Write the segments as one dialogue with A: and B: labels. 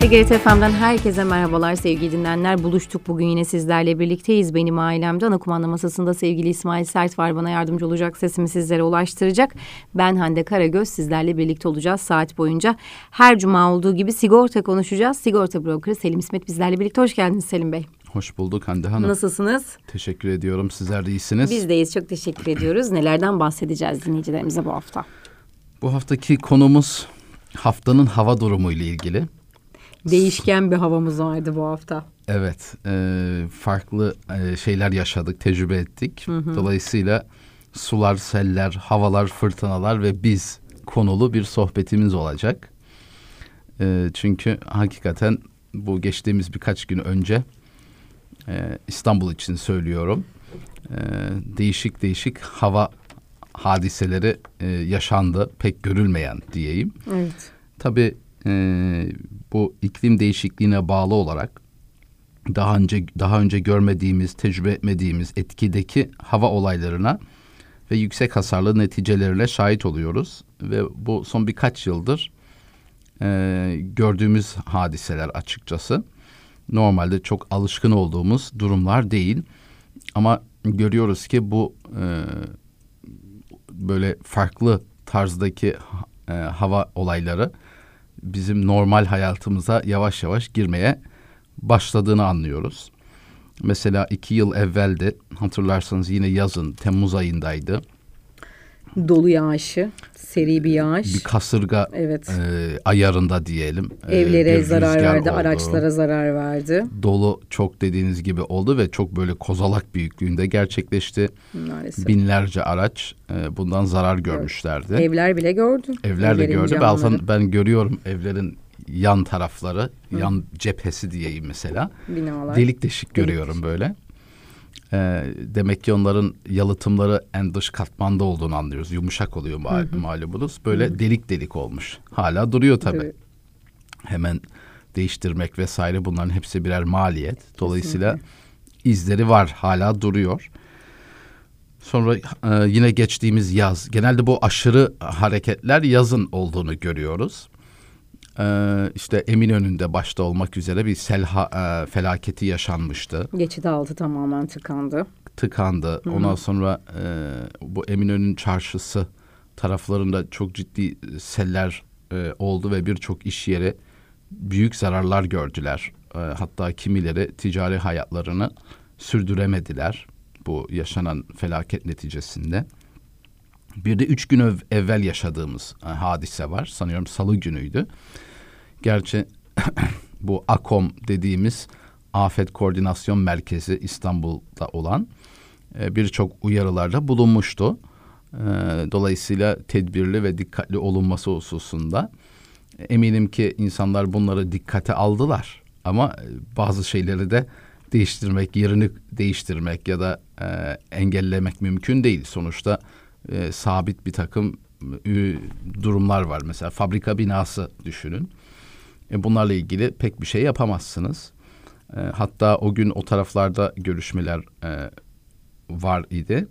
A: TGRT FM'den herkese merhabalar sevgili dinleyenler. Buluştuk bugün yine sizlerle birlikteyiz. Benim ailemde ana kumanda masasında sevgili İsmail Sert var. Bana yardımcı olacak, sesimi sizlere ulaştıracak. Ben Hande Karagöz, sizlerle birlikte olacağız saat boyunca. Her cuma olduğu gibi sigorta konuşacağız. Sigorta brokeri Selim İsmet bizlerle birlikte. Hoş geldiniz Selim Bey.
B: Hoş bulduk Hande Hanım.
A: Nasılsınız?
B: Teşekkür ediyorum. Sizler de iyisiniz.
A: Biz deyiz. Çok teşekkür ediyoruz. Nelerden bahsedeceğiz dinleyicilerimize bu hafta?
B: Bu haftaki konumuz haftanın hava durumu ile ilgili.
A: Değişken bir havamız vardı bu hafta.
B: Evet, farklı şeyler yaşadık, tecrübe ettik. Dolayısıyla sular, seller, havalar, fırtınalar ve biz konulu bir sohbetimiz olacak. Çünkü hakikaten bu geçtiğimiz birkaç gün önce İstanbul için söylüyorum. Değişik hava hadiseleri yaşandı. Pek görülmeyen diyeyim.
A: Evet.
B: Tabii bu iklim değişikliğine bağlı olarak daha önce görmediğimiz, tecrübe etmediğimiz etkideki hava olaylarına ve yüksek hasarlı neticelerine şahit oluyoruz. Ve bu son birkaç yıldır gördüğümüz hadiseler açıkçası. Normalde çok alışkın olduğumuz durumlar değil. Ama görüyoruz ki bu böyle farklı tarzdaki hava olayları bizim normal hayatımıza yavaş yavaş girmeye başladığını anlıyoruz. Mesela 2 yıl evvelde hatırlarsanız yine yazın Temmuz ayındaydı.
A: Dolu yağışı, seri bir yağış.
B: Bir kasırga
A: evet.
B: Ayarında diyelim.
A: Evlere zarar verdi, araçlara zarar verdi.
B: Dolu çok dediğiniz gibi oldu ve çok böyle kozalak büyüklüğünde gerçekleşti.
A: Maalesef.
B: Binlerce araç bundan zarar görmüşlerdi.
A: Evler bile gördü.
B: Evler de gördü. Ben görüyorum evlerin yan tarafları, yan cephesi diyeyim mesela.
A: Binalar.
B: Delik deşik görüyorum böyle. Demek ki onların yalıtımları en dış katmanda olduğunu anlıyoruz. Yumuşak oluyor malumunuz. Böyle delik delik olmuş. Hala duruyor tabii. Evet. Hemen değiştirmek vesaire bunların hepsi birer maliyet. Dolayısıyla izleri var, hala duruyor. Sonra yine geçtiğimiz yaz, genelde bu aşırı hareketler yazın olduğunu görüyoruz. İşte Eminönü'nde başta olmak üzere bir sel felaketi yaşanmıştı.
A: Geçitaltı tamamen tıkandı.
B: Ondan sonra bu Eminönü'nün çarşısı taraflarında çok ciddi seller oldu ve birçok iş yeri büyük zararlar gördüler. Hatta kimileri ticari hayatlarını sürdüremediler bu yaşanan felaket neticesinde. Bir de 3 gün evvel yaşadığımız hadise var. Sanıyorum Salı günüydü. Gerçi bu AKOM dediğimiz Afet Koordinasyon Merkezi İstanbul'da olan birçok uyarılarda bulunmuştu. Dolayısıyla tedbirli ve dikkatli olunması hususunda eminim ki insanlar bunları dikkate aldılar. Ama bazı şeyleri de değiştirmek, yerini değiştirmek ya da engellemek mümkün değil. Sonuçta sabit bir takım durumlar var. Mesela fabrika binası düşünün. Bunlarla ilgili pek bir şey yapamazsınız. Hatta o gün o taraflarda görüşmeler var idi.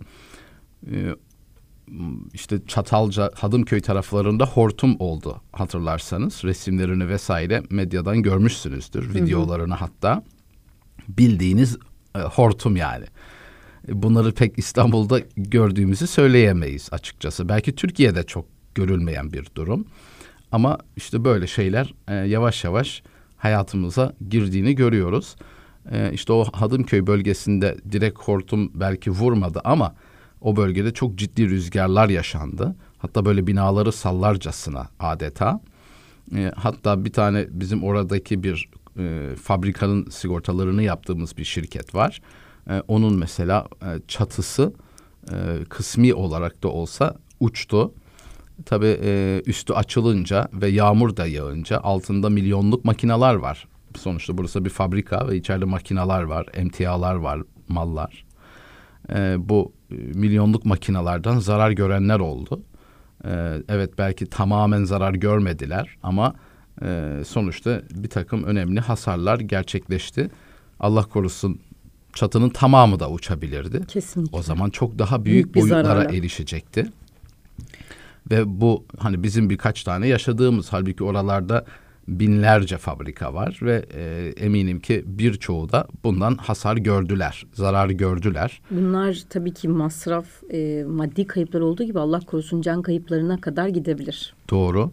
B: İşte Çatalca, Hadımköy taraflarında hortum oldu hatırlarsanız. Resimlerini vesaire medyadan görmüşsünüzdür. Videolarını hatta. Bildiğiniz hortum yani. Bunları pek İstanbul'da gördüğümüzü söyleyemeyiz açıkçası. Belki Türkiye'de çok görülmeyen bir durum. Ama işte böyle şeyler yavaş yavaş hayatımıza girdiğini görüyoruz. İşte o Hadımköy bölgesinde direkt hortum belki vurmadı ama o bölgede çok ciddi rüzgarlar yaşandı. Hatta böyle binaları sallarcasına adeta. Hatta bir tane bizim oradaki bir fabrikanın sigortalarını yaptığımız bir şirket var. Onun mesela çatısı kısmi olarak da olsa uçtu. Tabii üstü açılınca ve yağmur da yağınca altında milyonluk makineler var. Sonuçta burası bir fabrika ve içeride makineler var, emtialar var, mallar. Bu milyonluk makinelerden zarar görenler oldu. Evet belki tamamen zarar görmediler ama sonuçta bir takım önemli hasarlar gerçekleşti. Allah korusun çatının tamamı da uçabilirdi.
A: Kesinlikle.
B: O zaman çok daha büyük boyutlara erişecekti. Ve bu hani bizim birkaç tane yaşadığımız, halbuki oralarda binlerce fabrika var ve eminim ki birçoğu da bundan hasar gördüler, zarar gördüler.
A: Bunlar tabii ki masraf, maddi kayıplar olduğu gibi Allah korusun can kayıplarına kadar gidebilir.
B: Doğru.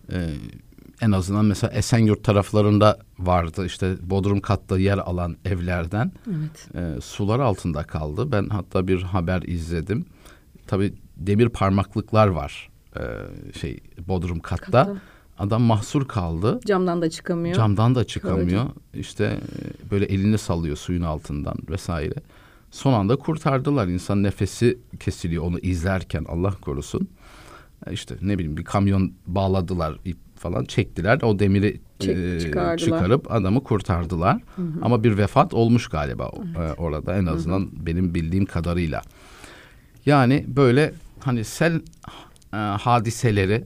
B: En azından mesela Esenyurt taraflarında vardı, işte bodrum katta yer alan evlerden sular altında kaldı. Ben hatta bir haber izledim. Tabii demir parmaklıklar var bodrum katta. Adam mahsur kaldı.
A: Camdan da çıkamıyor.
B: Camdan da çıkamıyor. İşte böyle elini sallıyor suyun altından vesaire. Son anda kurtardılar. İnsan nefesi kesiliyor onu izlerken, Allah korusun. İşte ne bileyim bir kamyon bağladılar, ip falan çektiler. O demiri çıkarıp adamı kurtardılar. Ama bir vefat olmuş galiba orada, en azından benim bildiğim kadarıyla. Yani böyle hani sel hadiseleri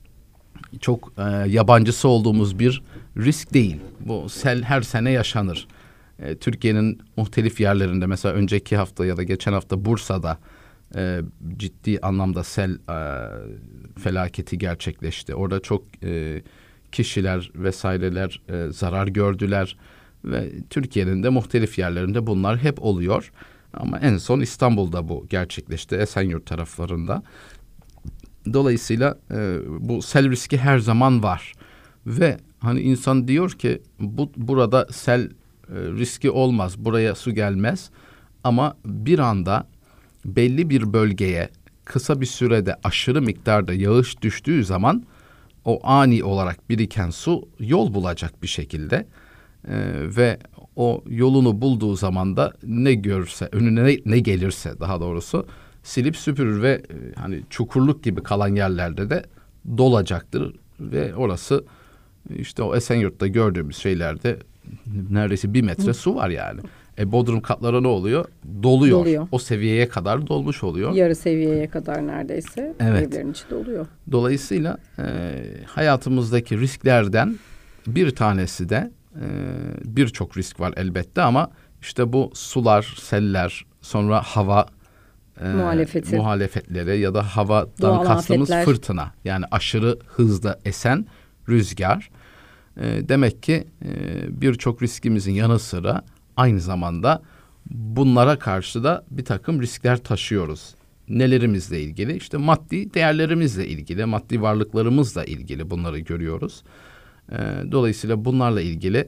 B: çok yabancısı olduğumuz bir risk değil. Bu sel her sene yaşanır. Türkiye'nin muhtelif yerlerinde, mesela önceki hafta ya da geçen hafta Bursa'da ciddi anlamda sel felaketi gerçekleşti. Orada çok kişiler vesaireler zarar gördüler ve Türkiye'nin de muhtelif yerlerinde bunlar hep oluyor. Ama en son İstanbul'da bu gerçekleşti, Esenyurt taraflarında. Dolayısıyla bu sel riski her zaman var ve hani insan diyor ki burada sel riski olmaz, buraya su gelmez, ama bir anda belli bir bölgeye kısa bir sürede aşırı miktarda yağış düştüğü zaman o ani olarak biriken su yol bulacak bir şekilde ve o yolunu bulduğu zaman da ne görürse, önüne ne gelirse daha doğrusu silip süpürür ve hani çukurluk gibi kalan yerlerde de dolacaktır ve orası işte o Esenyurt'ta gördüğümüz şeylerde neredeyse 1 metre su var yani. Bodrum katları ne oluyor? Doluyor. O seviyeye kadar dolmuş oluyor.
A: Yarı seviyeye kadar neredeyse evlerin içi doluyor.
B: Dolayısıyla hayatımızdaki risklerden bir tanesi de birçok risk var elbette, ama işte bu sular, seller, sonra hava muhalefetleri ya da havadan
A: doğal
B: kastımız
A: afetler,
B: fırtına, yani aşırı hızda esen rüzgar. Demek ki birçok riskimizin yanı sıra aynı zamanda bunlara karşı da bir takım riskler taşıyoruz. Nelerimizle ilgili? İşte maddi değerlerimizle ilgili, maddi varlıklarımızla ilgili bunları görüyoruz. Dolayısıyla bunlarla ilgili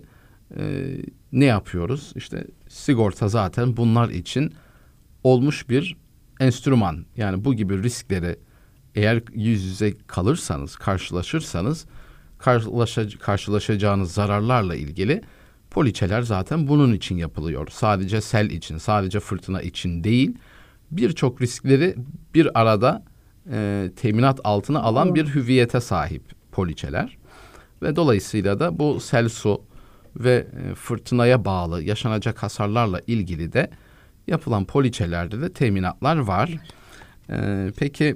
B: ne yapıyoruz? İşte sigorta zaten bunlar için olmuş bir enstrüman. Yani bu gibi riskleri eğer yüz yüze kalırsanız, karşılaşırsanız karşılaşacağınız zararlarla ilgili poliçeler zaten bunun için yapılıyor. Sadece sel için, sadece fırtına için değil, birçok riskleri bir arada teminat altına alan bir hüviyete sahip poliçeler. Ve dolayısıyla da bu sel, su ve fırtınaya bağlı yaşanacak hasarlarla ilgili de yapılan poliçelerde de teminatlar var. Peki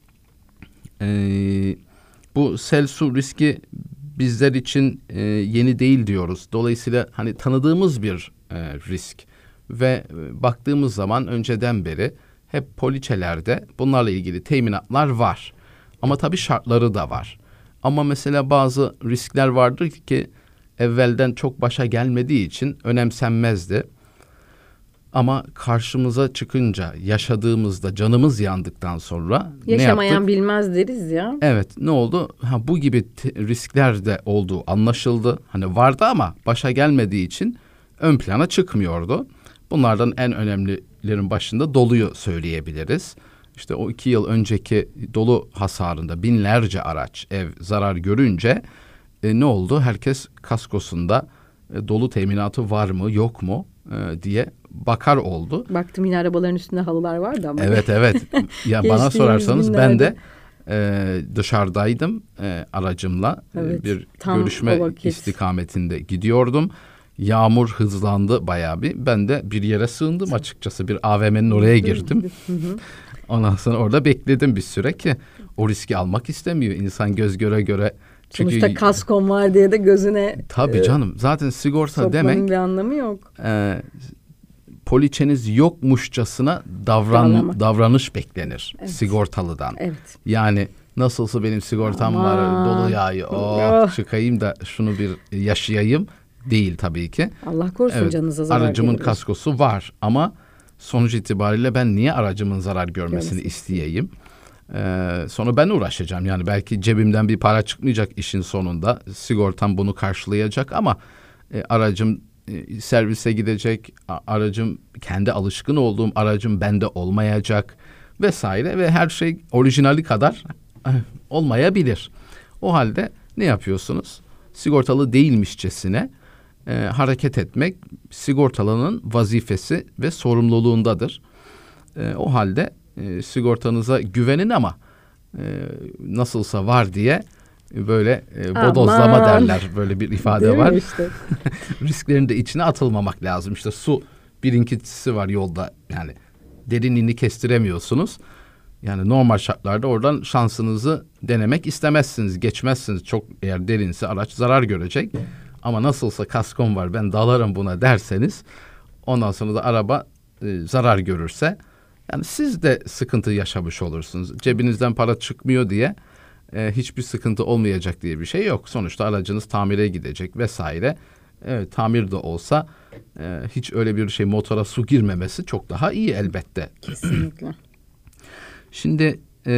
B: bu sel su riski bizler için yeni değil diyoruz. Dolayısıyla hani tanıdığımız bir risk ve baktığımız zaman önceden beri hep poliçelerde bunlarla ilgili teminatlar var. Ama tabii şartları da var. Ama mesela bazı riskler vardır ki evvelden çok başa gelmediği için önemsenmezdi. Ama karşımıza çıkınca, yaşadığımızda, canımız yandıktan sonra
A: yaşamayan
B: ne yaptık?
A: Bilmez deriz ya.
B: Evet, ne oldu? Bu gibi riskler de olduğu anlaşıldı. Hani vardı ama başa gelmediği için ön plana çıkmıyordu. Bunlardan en önemlilerin başında doluyu söyleyebiliriz. İşte o 2 yıl önceki dolu hasarında binlerce araç, ev zarar görünce ne oldu? Herkes kaskosunda dolu teminatı var mı, yok mu diye bakar oldu.
A: Baktım yine arabaların üstünde halılar vardı ama.
B: Evet. Ya bana sorarsanız ben de dışarıdaydım aracımla. Bir görüşme istikametinde gidiyordum. Yağmur hızlandı bayağı bir. Ben de bir yere sığındım açıkçası. Bir AVM'nin oraya girdim. Ondan sonra orada bekledim bir süre ki o riski almak istemiyor. İnsan göz göre göre. Çünkü
A: sonuçta kaskon var diye de gözüne.
B: Tabii canım, zaten sigorta demek.
A: Bir anlamı yok.
B: Poliçeniz yokmuşçasına davranış beklenir sigortalıdan.
A: Evet.
B: Yani Nasılsa benim sigortam var,
A: Aman.
B: dolu yağı,
A: Oh.
B: çıkayım da şunu bir yaşayayım değil tabii ki.
A: Allah korusun,
B: Evet,
A: canınıza zarar
B: aracımın
A: gelebilir.
B: kaskosu var ama sonuç itibariyle ben niye aracımın zarar görmesini
A: Görmesini
B: isteyeyim? Sonra ben uğraşacağım. Yani belki cebimden bir para çıkmayacak işin sonunda. Sigortam bunu karşılayacak ama aracım servise gidecek. Aracım, kendi alışkın olduğum aracım bende olmayacak vesaire ve her şey orijinali kadar olmayabilir. O halde ne yapıyorsunuz? Sigortalı değilmişçesine hareket etmek sigortalının vazifesi ve sorumluluğundadır. O halde sigortanıza güvenin ama nasılsa var diye böyle bodozlama
A: Aman.
B: derler. Böyle bir ifade
A: Değil mi
B: var.
A: işte?
B: Risklerin de içine atılmamak lazım. İşte su birinkisi var yolda. Yani derinliğini kestiremiyorsunuz. Yani normal şartlarda oradan şansınızı denemek istemezsiniz. Geçmezsiniz. Çok eğer derinse araç zarar görecek. Ama nasılsa kaskom var, ben dalarım buna derseniz ondan sonra da araba zarar görürse yani siz de sıkıntı yaşamış olursunuz. Cebinizden para çıkmıyor diye hiçbir sıkıntı olmayacak diye bir şey yok. Sonuçta aracınız tamire gidecek vesaire. Evet, tamir de olsa hiç öyle bir şey, motora su girmemesi çok daha iyi elbette.
A: Kesinlikle.
B: Şimdi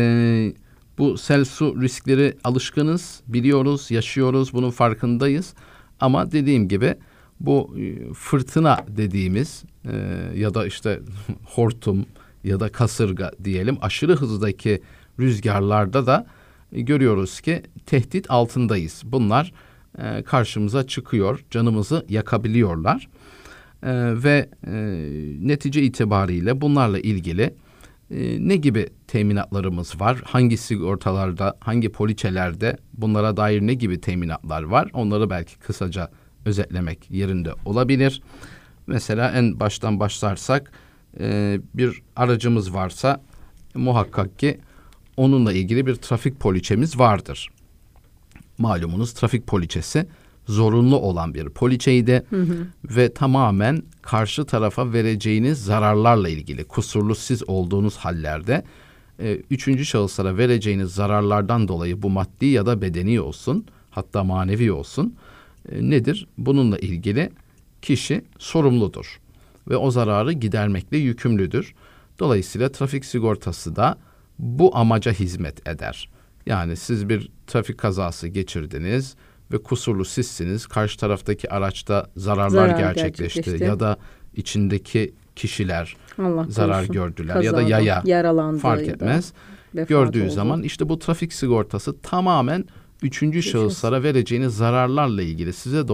B: bu sel su riskleri alışkınız, biliyoruz, yaşıyoruz, bunun farkındayız. Ama dediğim gibi bu fırtına dediğimiz ya da işte hortum ya da kasırga diyelim, aşırı hızdaki rüzgarlarda da görüyoruz ki tehdit altındayız. Bunlar karşımıza çıkıyor, canımızı yakabiliyorlar ve netice itibariyle bunlarla ilgili ne gibi teminatlarımız var? Hangi sigortalarda, hangi poliçelerde bunlara dair ne gibi teminatlar var? Onları belki kısaca özetlemek yerinde olabilir. Mesela en baştan başlarsak bir aracımız varsa muhakkak ki onunla ilgili bir trafik poliçemiz vardır. Malumunuz trafik poliçesi zorunlu olan bir poliçeydi ve tamamen karşı tarafa vereceğiniz zararlarla ilgili, kusurlu siz olduğunuz hallerde üçüncü şahıslara vereceğiniz zararlardan dolayı, bu maddi ya da bedeni olsun, hatta manevi olsun, nedir? Bununla ilgili kişi sorumludur ve o zararı gidermekle yükümlüdür. Dolayısıyla trafik sigortası da bu amaca hizmet eder. Yani siz bir trafik kazası geçirdiniz ve kusurlu sizsiniz. Karşı taraftaki araçta zararlar gerçekleşti ya da içindeki kişiler
A: Allah
B: zarar
A: korusun.
B: gördüler
A: Kazada,
B: ya da yaya,
A: yaralandı
B: fark
A: ya da
B: etmez.
A: vefat
B: Gördüğü
A: oldu.
B: zaman işte bu trafik sigortası tamamen üçüncü şahıslara vereceğiniz zararlarla ilgili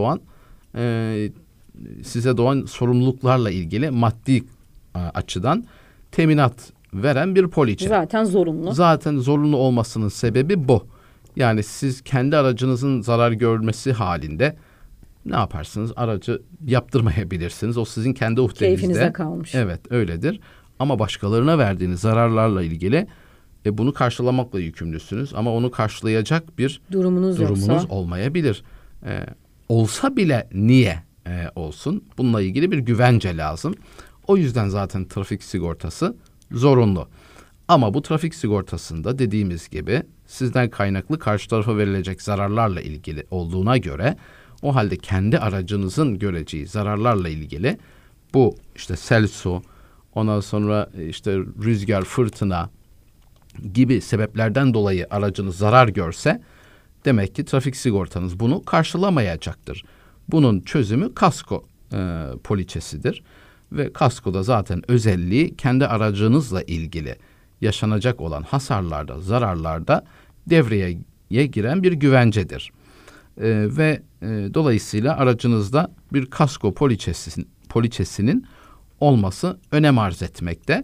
B: size doğan sorumluluklarla ilgili maddi açıdan teminat veren bir poliçe.
A: Zaten zorunlu.
B: Zaten zorunlu olmasının sebebi bu. Yani siz kendi aracınızın zarar görmesi halinde ne yaparsınız? Aracı yaptırmayabilirsiniz. O sizin kendi uhdenizde.
A: Keyfinize kalmış.
B: Evet, öyledir. Ama başkalarına verdiğiniz zararlarla ilgili bunu karşılamakla yükümlüsünüz. Ama onu karşılayacak bir
A: Durumunuz yoksa.
B: olmayabilir. Olsa bile niye olsun? Bununla ilgili bir güvence lazım. O yüzden zaten trafik sigortası zorunlu. Ama bu trafik sigortasında dediğimiz gibi sizden kaynaklı karşı tarafa verilecek zararlarla ilgili olduğuna göre, o halde kendi aracınızın göreceği zararlarla ilgili bu işte sel, su, ondan sonra işte rüzgar, fırtına gibi sebeplerden dolayı aracınız zarar görse demek ki trafik sigortanız bunu karşılamayacaktır. Bunun çözümü kasko poliçesidir ve kaskoda zaten özelliği kendi aracınızla ilgili yaşanacak olan hasarlarda, zararlarda devreye giren bir güvencedir. Dolayısıyla aracınızda bir kasko poliçesinin olması önem arz etmekte.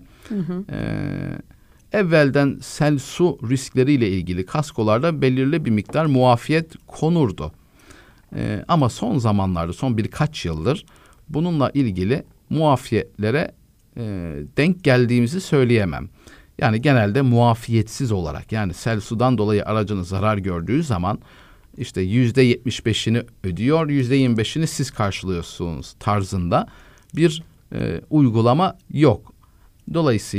B: Evvelden sel, su riskleriyle ilgili kaskolarda belirli bir miktar muafiyet konurdu. Ama son zamanlarda, son birkaç yıldır bununla ilgili muafiyetlere denk geldiğimizi söyleyemem. Yani genelde muafiyetsiz olarak, yani sel, sudan dolayı aracınız zarar gördüğü zaman işte %75'ini ödüyor, %25'ini siz karşılıyorsunuz tarzında bir uygulama yok. Dolayısıyla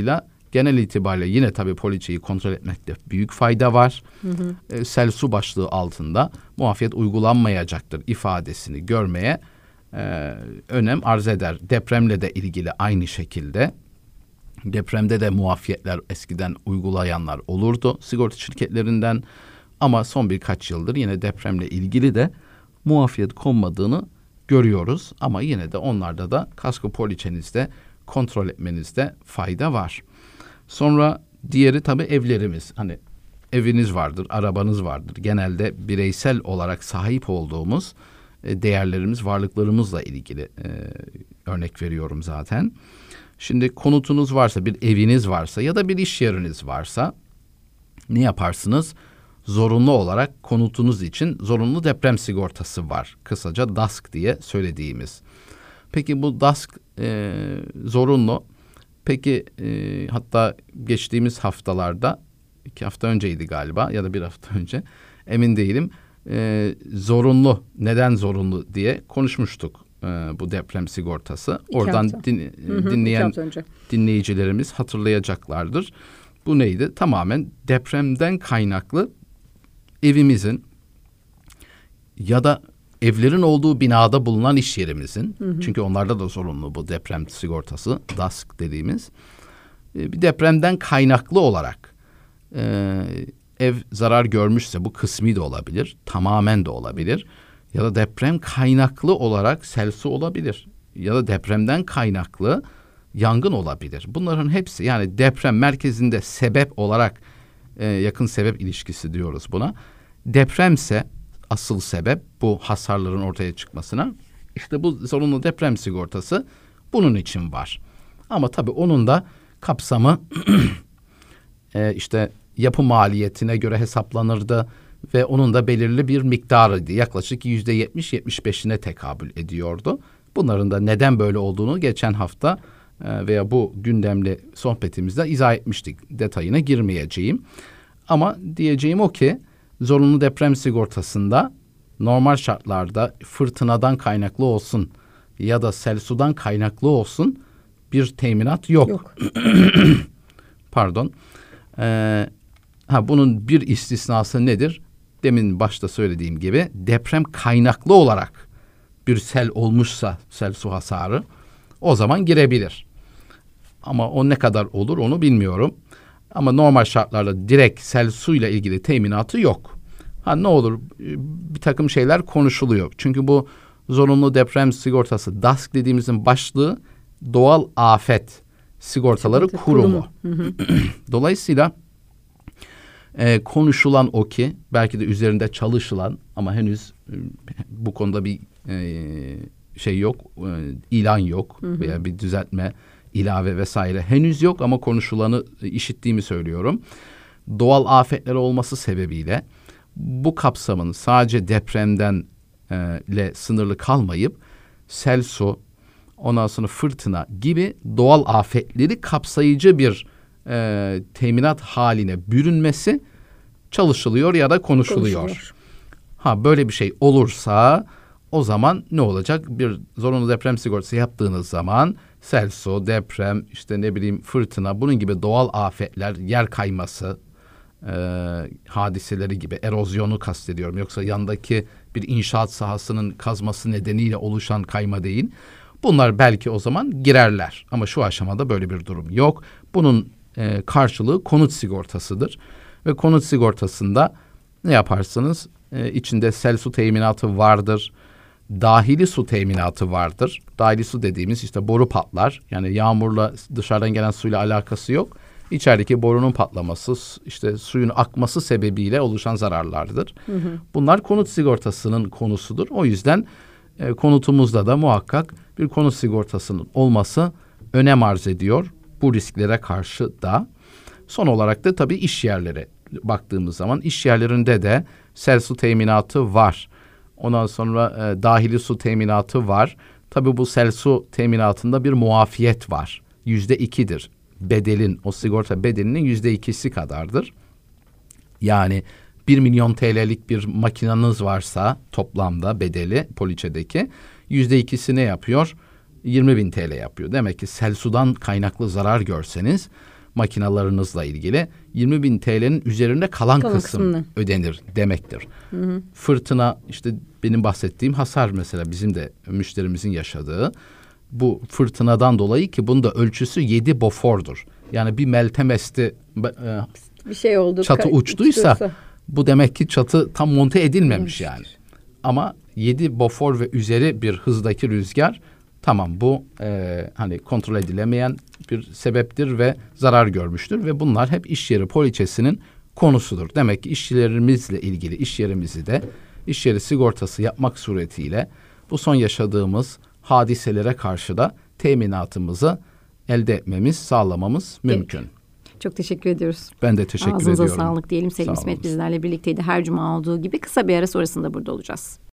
B: Genel itibariyle yine tabii poliçeyi kontrol etmekte büyük fayda var. Sel su başlığı altında muafiyet uygulanmayacaktır ifadesini görmeye önem arz eder. Depremle de ilgili aynı şekilde. Depremde de muafiyetler eskiden uygulayanlar olurdu sigorta şirketlerinden. Ama son birkaç yıldır yine depremle ilgili de muafiyet konmadığını görüyoruz. Ama yine de onlarda da kasko poliçenizde kontrol etmenizde fayda var. Sonra diğeri tabii evlerimiz. Hani eviniz vardır, arabanız vardır. Genelde bireysel olarak sahip olduğumuz değerlerimiz, varlıklarımızla ilgili örnek veriyorum zaten. Şimdi konutunuz varsa, bir eviniz varsa ya da bir iş yeriniz varsa ne yaparsınız? Zorunlu olarak konutunuz için zorunlu deprem sigortası var. Kısaca DASK diye söylediğimiz. Peki bu DASK zorunlu. Peki hatta geçtiğimiz haftalarda 2 hafta önceydi galiba ya da 1 hafta önce emin değilim. Zorunlu, neden zorunlu diye konuşmuştuk bu deprem sigortası. Oradan dinleyen dinleyicilerimiz hatırlayacaklardır. Bu neydi? Tamamen depremden kaynaklı evimizin ya da evlerin olduğu binada bulunan iş yerimizin, çünkü onlarda da zorunlu bu deprem sigortası, DASK dediğimiz, bir depremden kaynaklı olarak ev zarar görmüşse, bu kısmi de olabilir, tamamen de olabilir ya da deprem kaynaklı olarak sel su olabilir ya da depremden kaynaklı yangın olabilir. Bunların hepsi, yani deprem merkezinde sebep olarak yakın sebep ilişkisi diyoruz buna. Depremse asıl sebep bu hasarların ortaya çıkmasına, işte bu zorunlu deprem sigortası bunun için var. Ama tabii onun da kapsamı işte yapı maliyetine göre hesaplanırdı ve onun da belirli bir miktarıydı. Yaklaşık %70-75'ine tekabül ediyordu. Bunların da neden böyle olduğunu geçen hafta veya bu gündemli sohbetimizde izah etmiştik. Detayına girmeyeceğim. Ama diyeceğim o ki zorunlu deprem sigortasında normal şartlarda fırtınadan kaynaklı olsun ya da sel sudan kaynaklı olsun bir teminat yok. Pardon. Bunun bir istisnası nedir? Demin başta söylediğim gibi deprem kaynaklı olarak bir sel olmuşsa, sel su hasarı, o zaman girebilir. Ama o ne kadar olur onu bilmiyorum. Ama normal şartlarda direkt sel suyla ilgili teminatı yok. Ne olur, bir takım şeyler konuşuluyor. Çünkü bu zorunlu deprem sigortası, DASK dediğimizin başlığı doğal afet sigortaları kurumu. Dolayısıyla konuşulan o ki, belki de üzerinde çalışılan ama henüz bu konuda bir şey yok, ilan yok veya bir düzeltme, ilave vesaire henüz yok ama konuşulanı işittiğimi söylüyorum. Doğal afetler olması sebebiyle bu kapsamın sadece depremden ile sınırlı kalmayıp sel su, ondan sonra fırtına gibi doğal afetleri kapsayıcı bir teminat haline bürünmesi çalışılıyor ya da konuşuluyor. Böyle bir şey olursa o zaman ne olacak? Bir zorunlu deprem sigortası yaptığınız zaman sel su, deprem, işte ne bileyim fırtına, bunun gibi doğal afetler, yer kayması hadiseleri gibi, erozyonu kastediyorum. Yoksa yandaki bir inşaat sahasının kazması nedeniyle oluşan kayma değil. Bunlar belki o zaman girerler. Ama şu aşamada böyle bir durum yok. Bunun karşılığı konut sigortasıdır. Ve konut sigortasında ne yaparsınız? İçinde sel su teminatı vardır. Dahili su teminatı vardır. Dahili su dediğimiz işte boru patlar. Yani yağmurla dışarıdan gelen suyla alakası yok. İçerideki borunun patlaması, işte suyun akması sebebiyle oluşan zararlardır. Bunlar konut sigortasının konusudur. O yüzden konutumuzda da muhakkak bir konut sigortasının olması önem arz ediyor. Bu risklere karşı da. Son olarak da tabii iş yerlere baktığımız zaman iş yerlerinde de sel su teminatı var. Ondan sonra dahili su teminatı var. Tabii bu sel su teminatında bir muafiyet var. %2'dir. Bedelin, o sigorta bedelinin %2'si kadardır. Yani 1 milyon TL'lik bir makinanız varsa toplamda bedeli poliçedeki %2'si ne yapıyor? 20.000 TL yapıyor. Demek ki sel sudan kaynaklı zarar görseniz makinalarınızla ilgili 20.000 TL'nin üzerinde kalan
A: Kalan
B: kısım
A: kısmını
B: ödenir demektir. Fırtına, işte benim bahsettiğim hasar mesela bizim de müşterimizin yaşadığı bu fırtınadan dolayı, ki bunun da ölçüsü 7 Beaufort'dur. Yani bir Meltem Esti
A: bir şey oldu.
B: çatı uçtuysa bu demek ki çatı tam monte edilmemiş yani. Ama 7 Beaufort ve üzeri bir hızdaki rüzgar, tamam, bu hani kontrol edilemeyen bir sebeptir ve zarar görmüştür ve bunlar hep iş yeri poliçesinin konusudur. Demek ki işçilerimizle ilgili iş yerimizi de iş yeri sigortası yapmak suretiyle bu son yaşadığımız hadiselere karşı da teminatımızı elde etmemiz, sağlamamız mümkün.
A: Çok teşekkür ediyoruz.
B: Ben de teşekkür ediyorum.
A: Ağzınıza sağlık diyelim. Sevgili
B: Sağ
A: İsmet
B: olun.
A: bizlerle birlikteydi. Her cuma olduğu gibi kısa bir ara sonrasında burada olacağız.